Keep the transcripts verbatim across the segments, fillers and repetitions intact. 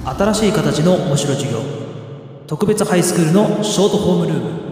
新しい形の面白授業、特別ハイスクールのショートホームルーム。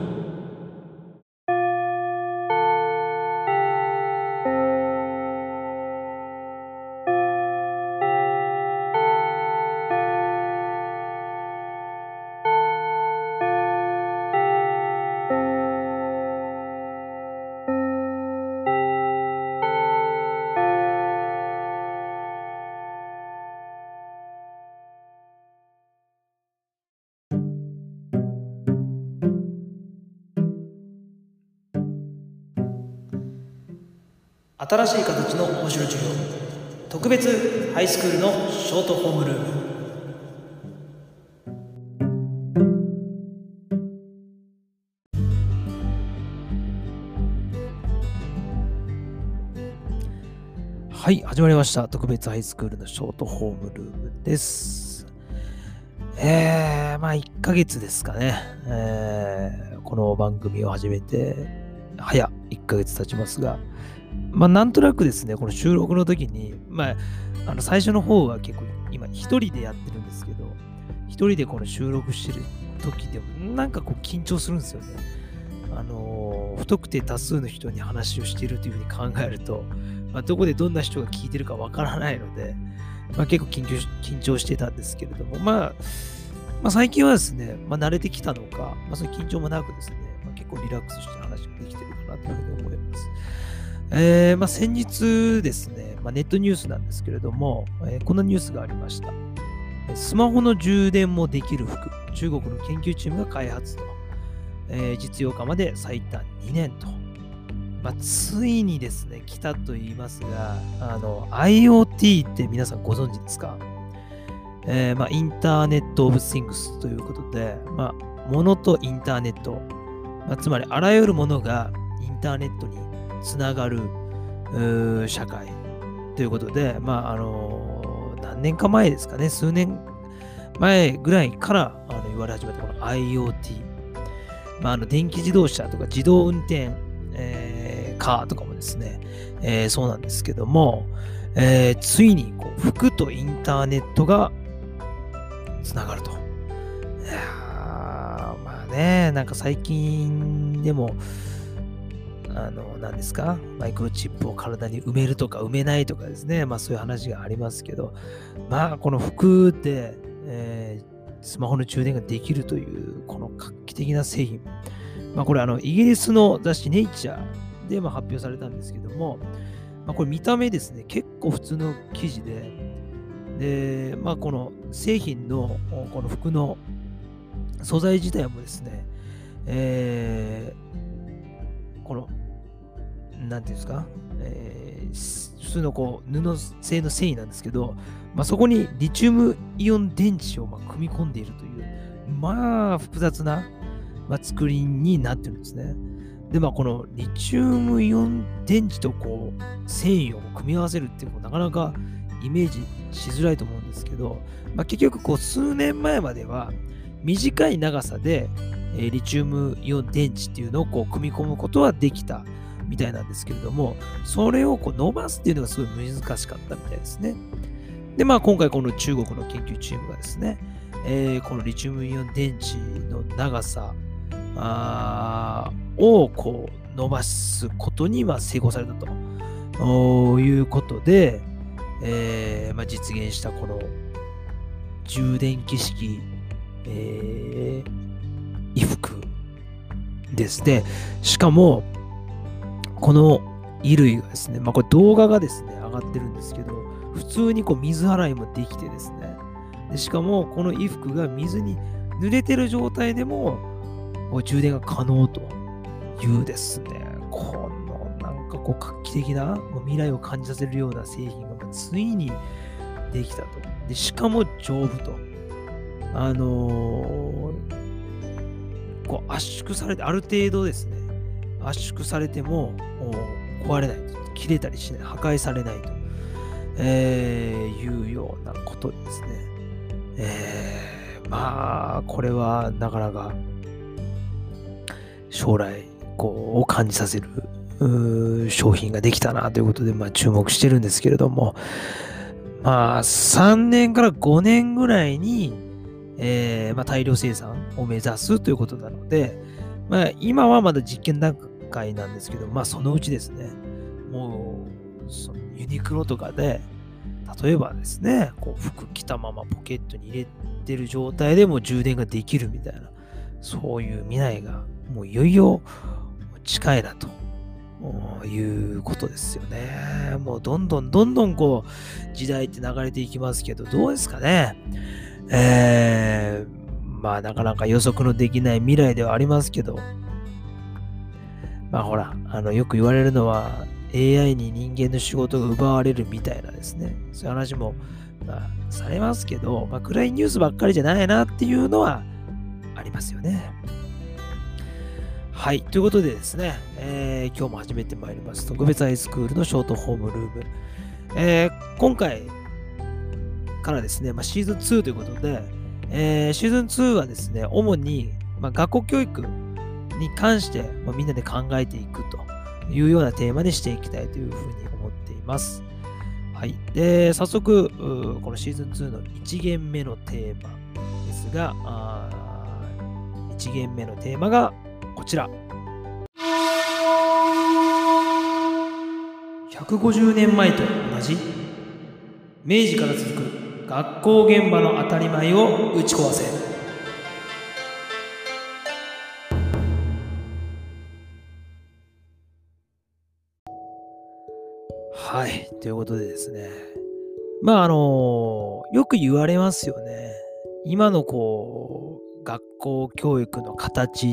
新しい形の面白授業、特別ハイスクールのショートホームルーム。はい、始まりました。特別ハイスクールのショートホームルームです。えー、まあいっかげつですかね。えー、この番組を始めて、早いっかげつ経ちますが、まあなんとなくですね、この収録の時に、まあ、あの最初の方は結構今一人でやってるんですけど、一人でこの収録してる時でもなんかこう緊張するんですよね。あのー、不特定多数の人に話をしているというふうに考えると、まあ、どこでどんな人が聞いてるかわからないので、まあ、結構緊張し緊張してたんですけれども、まあ、まあ、最近はですね、まあ、慣れてきたのか、まあ、そういう緊張もなくですね、まあ、結構リラックスして話ができてるかなというふうに思います。えーまあ、先日ですね、まあ、ネットニュースなんですけれども、えーこんなニュースがありました。スマホの充電もできる服、中国の研究チームが開発と、えー実用化まで最短にねんと。まあ、ついにですね、来たと言いますが、あの IoT って皆さんご存知ですか？えーまあ、インターネット・オブ・シングスということで、まあ、物とインターネット、まあ、つまりあらゆるものがインターネットにつながるうー社会ということで、まああのー何年か前ですかね、数年前ぐらいからあの言われ始めたこの IoT、まあ、あの電気自動車とか自動運転、えーカーとかもですね、えーそうなんですけども、えーついにこう服とインターネットがつながると。いやーまあね、なんか最近でも、あの、何ですか、マイクロチップを体に埋めるとか埋めないとかですね、まあそういう話がありますけど、まあこの服で、えースマホの充電ができるという、この画期的な製品。まあこれあの、イギリスの雑誌ネイチャーでまあ発表されたんですけども、まあこれ見た目ですね、結構普通の生地で、で、まあこの製品の、この服の素材自体もですね、えーこのなんていうんですか、えー普通のこう布製の繊維なんですけど、まあ、そこにリチウムイオン電池をまあ組み込んでいるという、まあ複雑な、まあ、作りになってるんですね。で、まあこのリチウムイオン電池とこう繊維を組み合わせるっていうのもなかなかイメージしづらいと思うんですけど、まあ、結局こう数年前までは短い長さで、えーリチウムイオン電池っていうのをこう組み込むことはできたみたいなんですけれども、それをこう伸ばすっていうのがすごい難しかったみたいですね。で、まあ今回この中国の研究チームがですね、えーこのリチウムイオン電池の長さあーをこう伸ばすことにまあ成功されたとおーいうことで、えーまあ、実現したこの充電器式、えー衣服ですね。しかも、この衣類がですね、まあこれ動画がですね、上がってるんですけど、普通にこう水洗いもできてですね、でしかもこの衣服が水に濡れてる状態でもこう充電が可能というですね、このなんかこう画期的なもう未来を感じさせるような製品がついにできたと。でしかも丈夫と。あのーこう圧縮されて、ある程度ですね、圧縮されてももう壊れないと、切れたりしない、破壊されないと、えーいうようなことですね。えーまあ、これはなかなか将来こうを感じさせるうー商品ができたなということで、まあ、注目してるんですけれども、 まあ、さんねんからごねんぐらいに、えーまあ、大量生産を目指すということなので、まあ、今はまだ実験段階なんですけど、まあ、そのうちですね、もう、そのユニクロとかで、例えばですね、こう服着たままポケットに入れてる状態でも充電ができるみたいな、そういう未来がもういよいよ近いなということですよね。もうどんどんどんどんこう時代って流れていきますけど、どうですかね。えー、まあなかなか予測のできない未来ではありますけど、まあほら、あのよく言われるのは エーアイ に人間の仕事が奪われるみたいなですね、そういう話も、まあ、されますけど、まあ、暗いニュースばっかりじゃないなっていうのはありますよね。はい。ということでですね、えー今日も始めてまいります。特別ハイスクールのショートホームルーム。えー今回からですね、まあ、シーズンツーということで、えーシーズンツーはですね、主に、まあ、学校教育に関して、まあ、みんなで考えていくというようなテーマにしていきたいというふうに思っています。はい。で、早速、うこのシーズンツーのいち限目のテーマですが、あーいち限目のテーマがこちら。ひゃくごじゅうねんまえと同じ明治から続く学校現場の当たり前を打ち壊せ。はい。ということでですね。まあ、あのよく言われますよね。今のこう、学校教育の形って、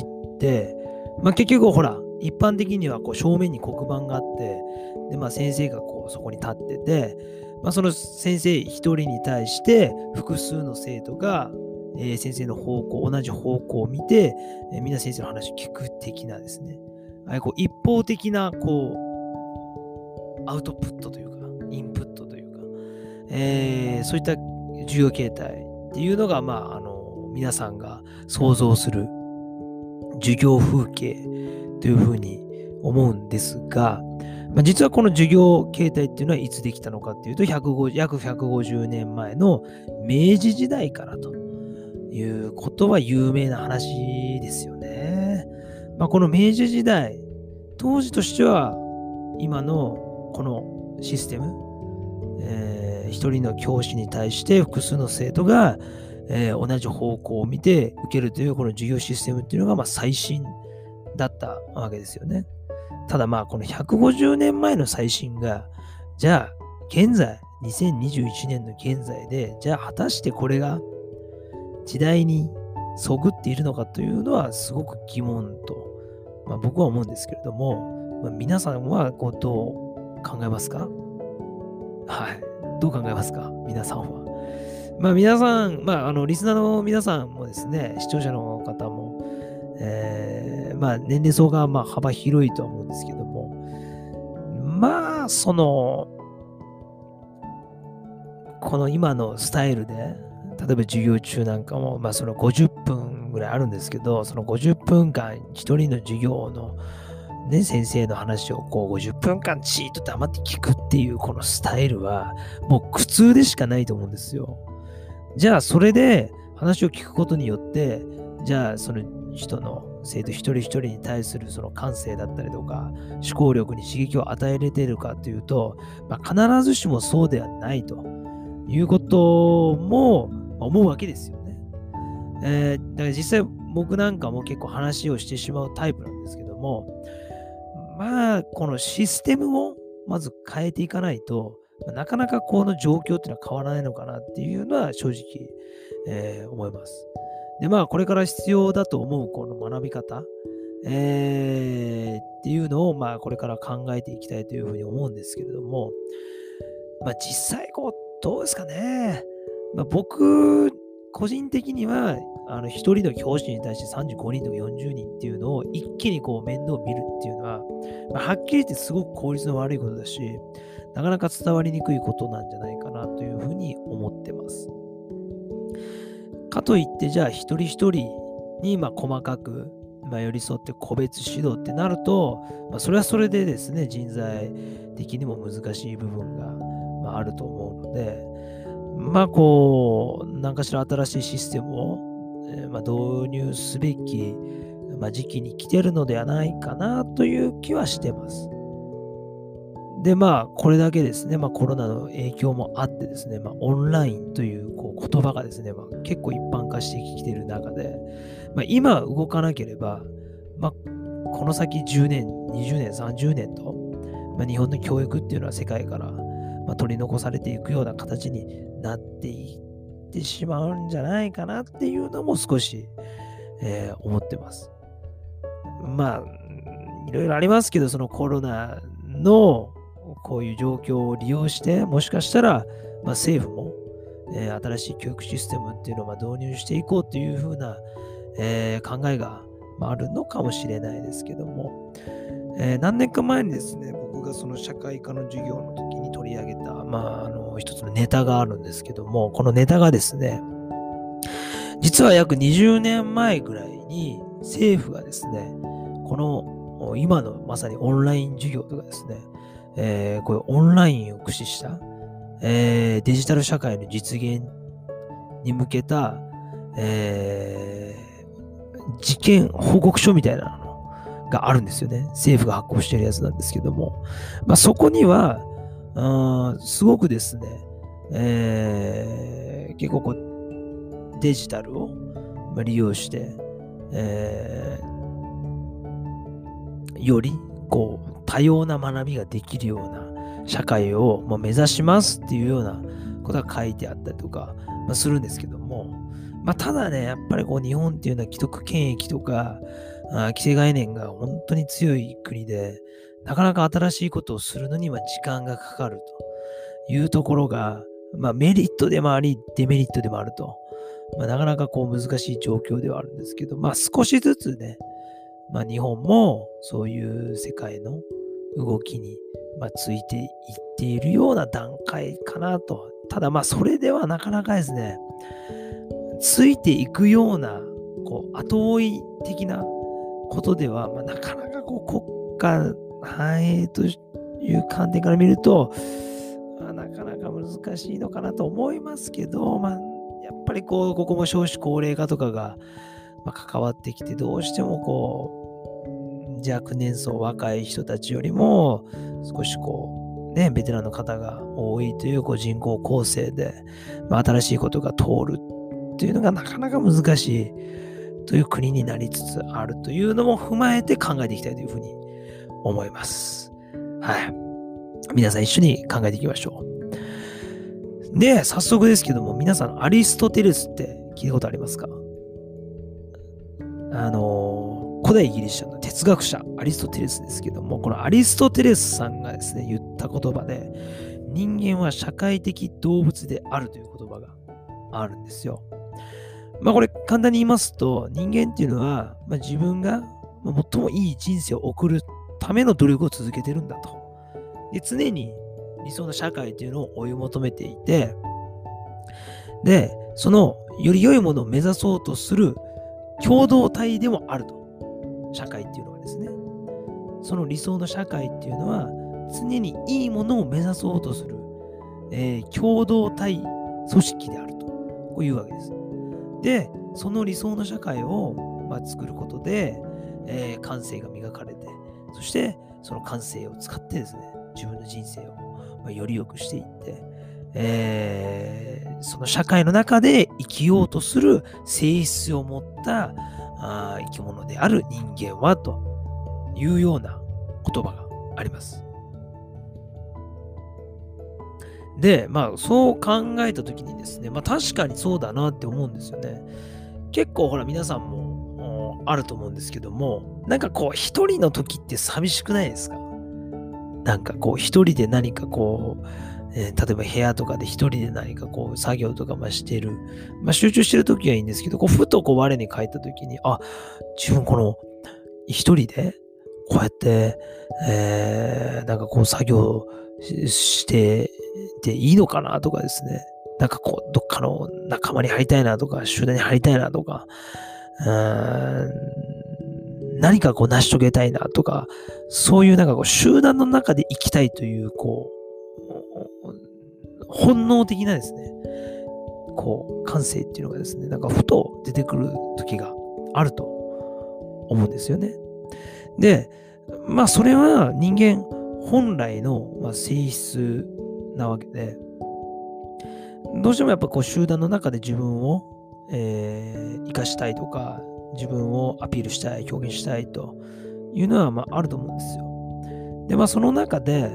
まあ結局ほら、一般的にはこう正面に黒板があって、で、まあ先生がこうそこに立ってて、まあその先生一人に対して複数の生徒が、えー先生の方向、同じ方向を見て、えーみんな先生の話を聞く的なですね。ああいうこう一方的なこう、アウトプットというか、インプットというか、えーそういった授業形態っていうのが、まあ、あの、皆さんが想像する授業風景というふうに思うんですが、まあ、実はこの授業形態っていうのはいつできたのかっていうと、ひゃくごじゅう約ひゃくごじゅうねんまえの明治時代からということは有名な話ですよね。まあ、この明治時代、当時としては今のこのシステム、えー一人の教師に対して複数の生徒が、えー同じ方向を見て受けるというこの授業システムっていうのがまあ最新だったわけですよね。ただまあこのひゃくごじゅうねんまえの最新が、じゃあ現在、にせんにじゅういちねんの現在で、じゃあ果たしてこれが時代にそぐっているのかというのはすごく疑問と、まあ、僕は思うんですけれども、まあ、皆さんはこうどう考えますか？はい。どう考えますか皆さんは。まあ皆さん、まああの、リスナーの皆さんもですね、視聴者の方も、えーまあ年齢層がまあ幅広いとは思うんですけども、まあその、この今のスタイルで、例えば授業中なんかも、まあそのごじゅっぷんぐらいあるんですけど、そのごじゅっぷんかん一人の授業のね、先生の話をこうごじゅっぷんかんじーっと黙って聞くっていうこのスタイルはもう苦痛でしかないと思うんですよ。じゃあそれで話を聞くことによって、じゃあその人の生徒一人一人に対するその感性だったりとか思考力に刺激を与えれているかというと、まあ、必ずしもそうではないということも思うわけですよね。えーだから実際僕なんかも結構話をしてしまうタイプなんですけども、まあ、このシステムをまず変えていかないと、まあなかなかこの状況っていうのは変わらないのかなっていうのは正直、えー思います。で、まあ、これから必要だと思うこの学び方、えーっていうのを、まあ、これから考えていきたいというふうに思うんですけれども、まあ、実際、こう、どうですかね。まあ、僕、個人的には、あの、一人の教師に対してさんじゅうごにんとかよんじゅうにんっていうのを一気にこう面倒を見るっていうのは、まあ、はっきり言ってすごく効率の悪いことだし、なかなか伝わりにくいことなんじゃないかなというふうに思ってます。かといって、じゃあ一人一人にまあ細かく、まあ、寄り添って個別指導ってなると、まあ、それはそれでですね、人材的にも難しい部分が、 まあ、あると思うので、まあこう、何かしら新しいシステムを、えーまあ、導入すべき、まあ、時期に来てるのではないかなという気はしてます。で、まあ、これだけですね、まあ、コロナの影響もあってですね、まあ、オンラインというこう言葉がですね、まあ、結構一般化してきている中で、まあ、今動かなければ、まあ、この先じゅうねん、にじゅうねん、さんじゅうねんと、まあ、日本の教育っていうのは世界から、まあ、取り残されていくような形になっていってしまうんじゃないかなっていうのも少し、えー思ってます。まあ、いろいろありますけど、そのコロナのこういう状況を利用して、もしかしたら、まあ、政府も、えー新しい教育システムっていうのをまあ導入していこうというふうな、えー考えが、まあ、あるのかもしれないですけども、えー何年か前にですね、僕がその社会科の授業の時に取り上げた、まあ、あの一つのネタがあるんですけども、このネタがですね、実は約にじゅうねんまえぐらいに政府がですね、この今のまさにオンライン授業とかですね、えーこういうオンラインを駆使した、えーデジタル社会の実現に向けた、えー事件報告書みたいなのがあるんですよね。政府が発行しているやつなんですけども、まあ、そこには、うんすごくですね、えー結構こうデジタルをまあ利用して、えーよりこう多様な学びができるような社会をまあ目指しますっていうようなことが書いてあったりとか、まあ、するんですけども、まあ、ただね、やっぱりこう日本っていうのは既得権益とか、あ既成概念が本当に強い国で、なかなか新しいことをするのには時間がかかるというところが、まあ、メリットでもあり、デメリットでもあると。まあ、なかなかこう難しい状況ではあるんですけど、まあ少しずつね、まあ日本もそういう世界の動きに、まあ、ついていっているような段階かなと。ただまあそれではなかなかですね、ついていくような、こう後追い的なことでは、まあ、なかなかこう国家繁栄という観点から見ると、まあ、なかなか難しいのかなと思いますけど、まあ、やっぱりこう、ここも少子高齢化とかが、まあ、関わってきて、どうしてもこう、若年層、若い人たちよりも、少しこう、ね、ベテランの方が多いというこう人口構成で、まあ、新しいことが通るっていうのがなかなか難しいという国になりつつあるというのも踏まえて考えていきたいというふうに思います。はい。皆さん一緒に考えていきましょう。で、早速ですけども、皆さんアリストテレスって聞いたことありますか？あの、古代ギリシャの哲学者アリストテレスですけども、このアリストテレスさんがですね、言った言葉で、人間は社会的動物であるという言葉があるんですよ。まあこれ簡単に言いますと、人間っていうのは、まあ、自分が最もいい人生を送るための努力を続けてるんだと。で、常に理想の社会っていうのを追い求めていて、で、そのより良いものを目指そうとする共同体でもあると。社会っていうのはですね。その理想の社会っていうのは、常にいいものを目指そうとする、えー共同体組織であると。こういうわけです。で、その理想の社会を、まあ、作ることで、えー感性が磨かれて、そしてその感性を使ってですね、自分の人生を、まあ、より良くしていって、えーその社会の中で生きようとする性質を持ったあ生き物である人間はというような言葉があります。で、まあそう考えたときにですね、まあ確かにそうだなって思うんですよね。結構ほら皆さんもあると思うんですけども、なんかこう一人の時って寂しくないですか？なんかこう一人で何かこう、えー例えば部屋とかで一人で何かこう作業とかまあしてる。まあ集中してる時はいいんですけど、こうふとこう我に返った時に、あ、自分この一人でこうやって、えーなんかこう作業ししてていいのかなとかですね。なんかこう、どっかの仲間に入りたいなとか、集団に入りたいなとか、うーん何かこう成し遂げたいなとか、そういうなんかこう集団の中で生きたいという、こう、 本能的なですね、こう、感性っていうのがですね、なんかふと出てくる時があると思うんですよね。で、まあそれは人間本来のまあ性質なわけで、どうしてもやっぱこう集団の中で自分を、えー、生かしたいとか、自分をアピールしたい、表現したいというのはまああると思うんですよ。で、まあその中で、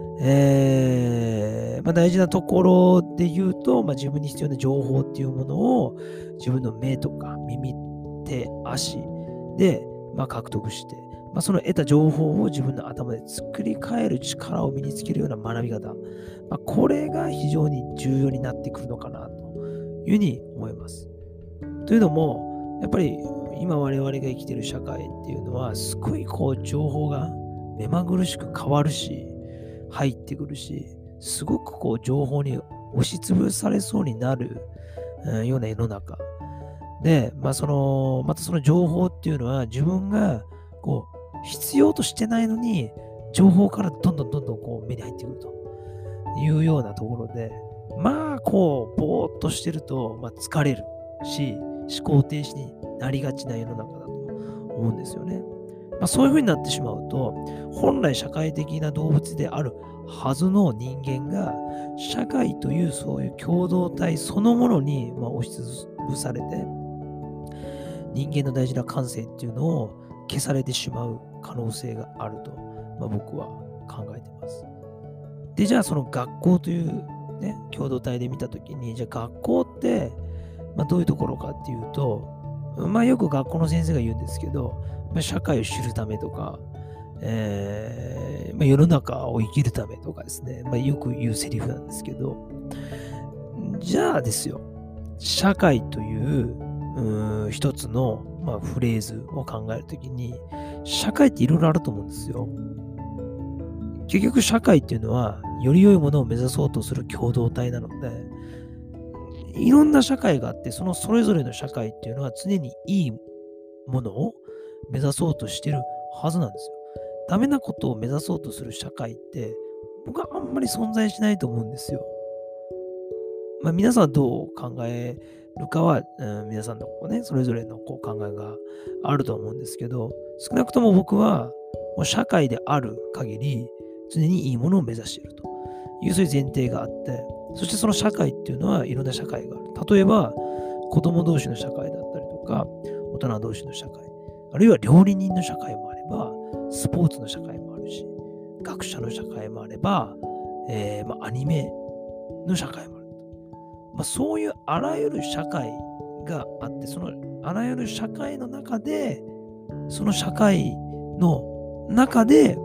えーまあ、大事なところで言うと、まあ、自分に必要な情報っていうものを自分の目とか耳、手、足で、まあ、獲得して、まあ、その得た情報を自分の頭で作り変える力を身につけるような学び方、まあ、これが非常に重要になってくるのかなというふうに思います。というのも、やっぱり今我々が生きている社会っていうのは、すごいこう情報が目まぐるしく変わるし、入ってくるし、すごくこう情報に押しつぶされそうになる、うん、ような世の中。で、まあその、またその情報っていうのは自分がこう必要としてないのに、情報からどんどんどんどんこう目に入ってくるというようなところで、まあこう、ぼーっとしてると、まあ、疲れるし、思考停止になりがちな世の中だと思うんですよね。まあ、そういう風になってしまうと、本来社会的な動物であるはずの人間が、社会というそういう共同体そのものに、まあ、押しつぶされて、人間の大事な感性っていうのを消されてしまう可能性があると、まあ、僕は考えています。で、じゃあその学校という、ね、共同体で見たときに、じゃあ学校って、まあ、どういうところかっていうと、まあよく学校の先生が言うんですけど、まあ、社会を知るためとか、えーまあ、世の中を生きるためとかですね、まあ、よく言うセリフなんですけど、じゃあですよ、社会といううー一つの、まあ、フレーズを考えるときに、社会っていろいろあると思うんですよ。結局社会っていうのは、より良いものを目指そうとする共同体なので、いろんな社会があって、そのそれぞれの社会っていうのは常にいいものを目指そうとしてるはずなんですよ。ダメなことを目指そうとする社会って、僕はあんまり存在しないと思うんですよ。まあ皆さんどう考えるかは、うん、皆さんのこうね、それぞれのこう考えがあると思うんですけど、少なくとも僕はもう社会である限り、常にいいものを目指しているというそういう前提があって、そしてその社会っていうのはいろんな社会がある。例えば、子供同士の社会だったりとか、大人同士の社会、あるいは料理人の社会もあれば、スポーツの社会もあるし、学者の社会もあれば、えーまあ、アニメの社会もある。まあ、そういうあらゆる社会があって、そのあらゆる社会の中で、その社会の中で、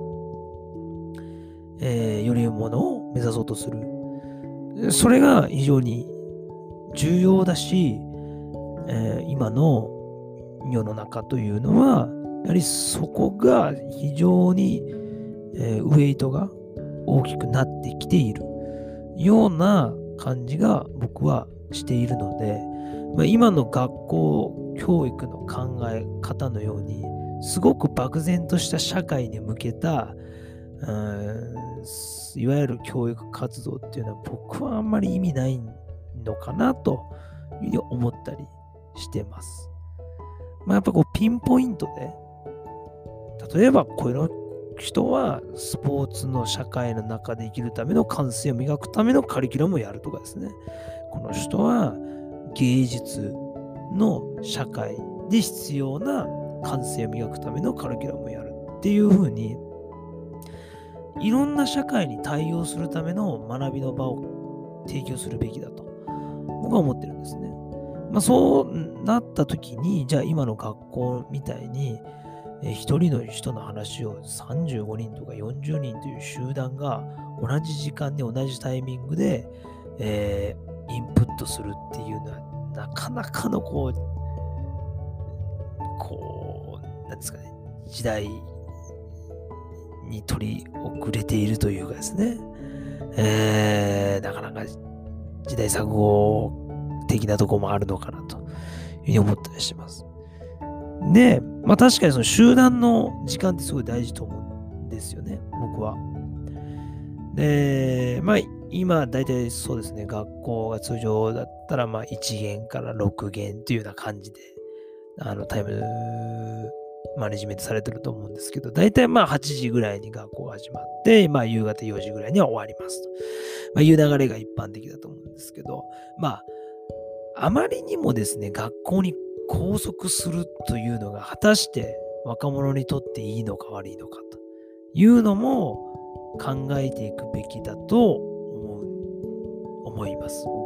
えー、より良いものを目指そうとする。それが非常に重要だし、えー、今の世の中というのは、やはりそこが非常に、えー、ウェイトが大きくなってきているような感じが僕はしているので、まあ、今の学校教育の考え方のように、すごく漠然とした社会に向けた、うん、いわゆる教育活動っていうのは僕はあんまり意味ないのかなというふうに思ったりしてます。まあ、やっぱこうピンポイントで、例えばこの人はスポーツの社会の中で生きるための感性を磨くためのカリキュラムをやるとかですね。この人は芸術の社会で必要な感性を磨くためのカリキュラムをやるっていうふうに、いろんな社会に対応するための学びの場を提供するべきだと僕は思ってるんですね。まあそうなった時に、じゃあ今の学校みたいに一人の人の話をさんじゅうごにんとかよんじゅうにんという集団が同じ時間で同じタイミングで、えー、インプットするっていうのはなかなかのこう、こう、なんですかね、時代に取り遅れているというかですね、えー、なかなか時代錯誤的なところもあるのかなというふうに思ったりします。で、まあ確かにその集団の時間ってすごい大事と思うんですよね、僕は。で、まあ今、だいたいそうですね、学校が通常だったら、まあ、いち限からろく限というような感じで、あの、タイムマネジメントされてると思うんですけど、だいたいまあはちじぐらいに学校が始まって、まあ夕方よじぐらいには終わりますと。まあいう流れが一般的だと思うんですけど、まあ、あまりにもですね、学校に拘束するというのが果たして若者にとっていいのか悪いのかというのも考えていくべきだと思う、思います、僕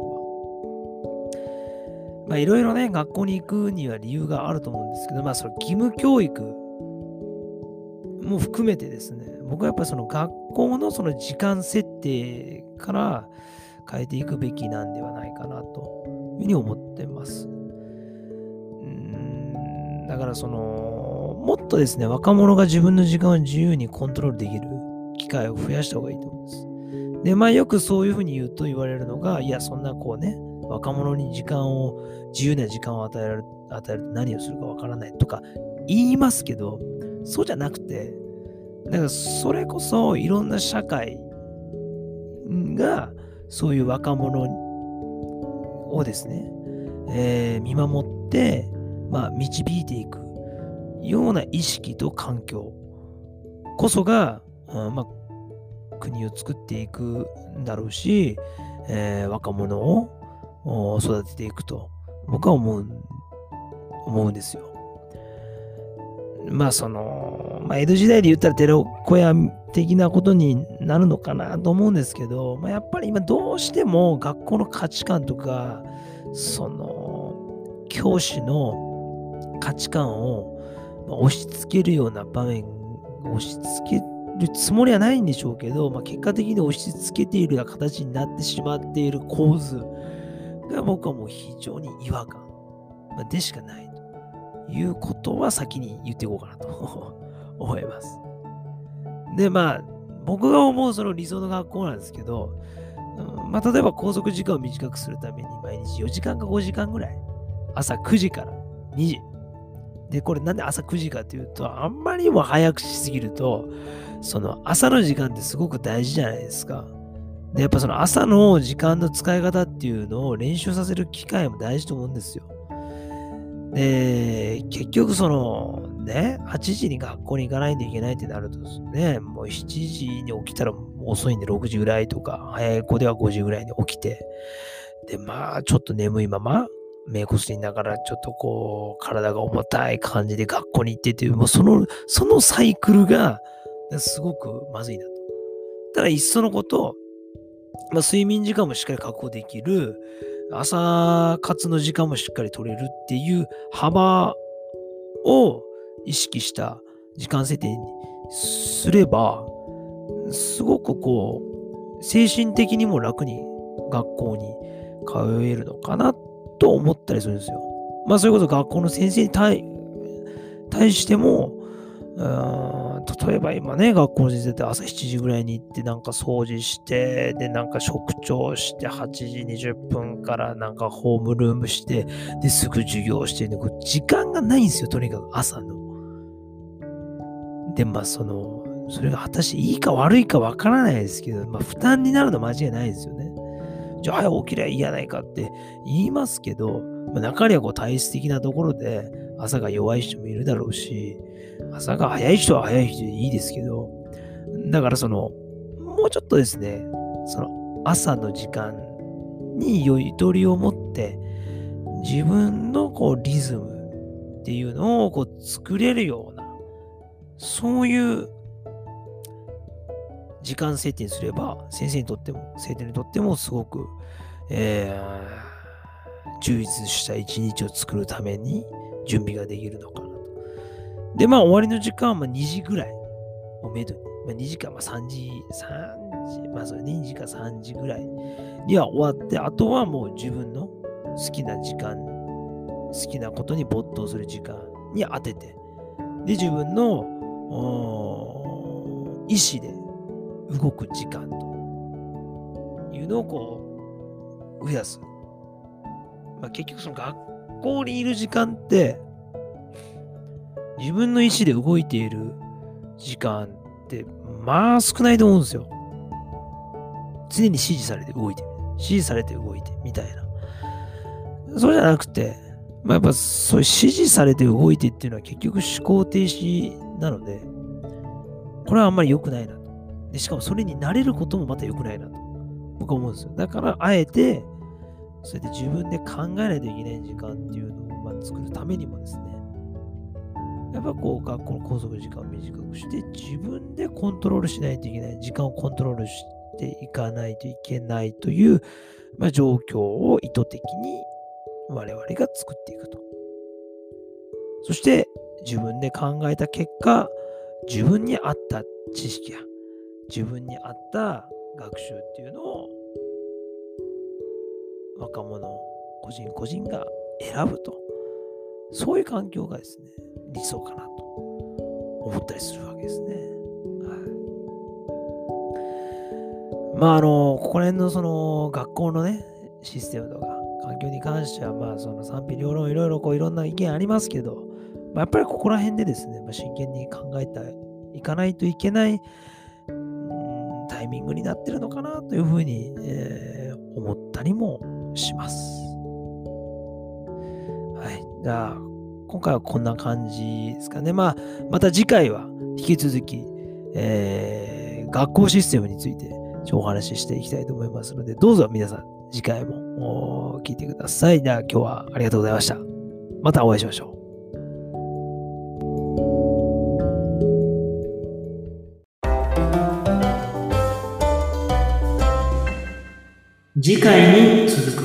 は。まあいろいろね、学校に行くには理由があると思うんですけど、まあその義務教育も含めてですね、僕はやっぱりその学校のその時間設定から変えていくべきなんではないかなというふうに思ってます。うーん、だからその、もっとですね、若者が自分の時間を自由にコントロールできる機会を増やした方がいいと思うんです。で、まあよくそういうふうに言うと言われるのが、いや、そんなこうね、若者に時間を、自由な時間を与えられる、与えると何をするかわからないとか言いますけど、そうじゃなくて、だからそれこそいろんな社会がそういう若者をですね、えー見守って、まあ、導いていくような意識と環境こそが、うんまあ、国を作っていくんだろうし、えー若者をお育てていくと僕は思う、思うんですよ。まあその、まあ、江戸時代で言ったら寺子屋的なことになるのかなと思うんですけど、まあ、やっぱり今どうしても学校の価値観とか、その教師の価値観をまあ押し付けるような場面、押し付けるつもりはないんでしょうけど、まあ、結果的に押し付けているような形になってしまっている構図が僕はもう非常に違和感、まあでしかないということは先に言っていこうかなと思います。で、まあ、僕が思うその理想の学校なんですけど、うんまあ、例えば拘束時間を短くするために毎日よじかんかごじかんぐらい、朝くじからにじ。で、これなんで朝くじかっていうと、あんまりにも早くしすぎると、その朝の時間ってすごく大事じゃないですか。で、やっぱその朝の時間の使い方っていうのを練習させる機会も大事と思うんですよ。で、結局そのね、はちじに学校に行かないといけないってなるとですね、もうしちじに起きたら遅いんでろくじぐらいとか、早い子ではごじぐらいに起きて、で、まあちょっと眠いまま、目こすりながらちょっとこう、体が重たい感じで学校に行ってっていう、もうその、そのサイクルがすごくまずいなと。ただ、いっそのこと、まあ、睡眠時間もしっかり確保できる、朝活の時間もしっかり取れるっていう幅を意識した時間設定にすれば、すごくこう、精神的にも楽に学校に通えるのかなと思ったりするんですよ。まあ、それこそ学校の先生に対対しても、うーん例えば今ね、学校の先生って朝しちじぐらいに行って、なんか掃除して、で、なんか食調して、はちじにじゅっぷんからなんかホームルームして、で、すぐ授業して、ね、こう時間がないんですよ、とにかく朝の。で、まあ、その、それが果たしていいか悪いかわからないですけど、まあ、負担になるのは間違いないですよね。じゃあ、早起きりゃいいやないかって言いますけど、まあ、中にはこう体質的なところで朝が弱い人もいるだろうし、朝が早い人は早い人でいいですけど、だからその、もうちょっとですね、その朝の時間にゆとりを持って、自分のこうリズムっていうのをこう作れるような、そういう時間設定にすれば、先生にとっても、生徒にとってもすごく、えー充実した一日を作るために準備ができるのかなと。で、まあ終わりの時間はまあにじぐらいをめどに、まあ、にじかまあさんじ、さんじ、まあそれにじかさんじぐらいには終わって、あとはもう自分の好きな時間、好きなことに没頭する時間に当てて、で、自分の意思で動く時間というのをこう増やす。まあ、結局その学校にいる時間って自分の意思で動いている時間ってまあ少ないと思うんですよ。 常に指示されて動いてる。指示されて動いてみたいな。そうじゃなくて、まあ、やっぱそういう指示されて動いてっていうのは結局思考停止なので、これはあんまり良くないなと。でしかもそれに慣れることもまた良くないなと。僕は思うんですよ。だからあえて、それで自分で考えないといけない時間っていうのをまあ作るためにもですね、やっぱこう学校の拘束時間を短くして自分でコントロールしないといけない、時間をコントロールしていかないといけないという、まあ、状況を意図的に我々が作っていくと。そして自分で考えた結果、自分に合った知識や自分に合った学習っていうのを若者個人個人が選ぶと、そういう環境がですね理想かなと思ったりするわけですね。はい、まああのここら辺のその学校のねシステムとか環境に関してはまあその賛否両論いろいろこういろんな意見ありますけど、まあ、やっぱりここら辺でですね、まあ、真剣に考えていかないといけないタイミングになってるのかなというふうに、えー、思ったりもします。はい。じゃあ、今回はこんな感じですかね。まあ、また次回は引き続き、えー、学校システムについてお話ししていきたいと思いますので、どうぞ皆さん次回も聞いてください。では今日はありがとうございました。またお会いしましょう。次回に続く。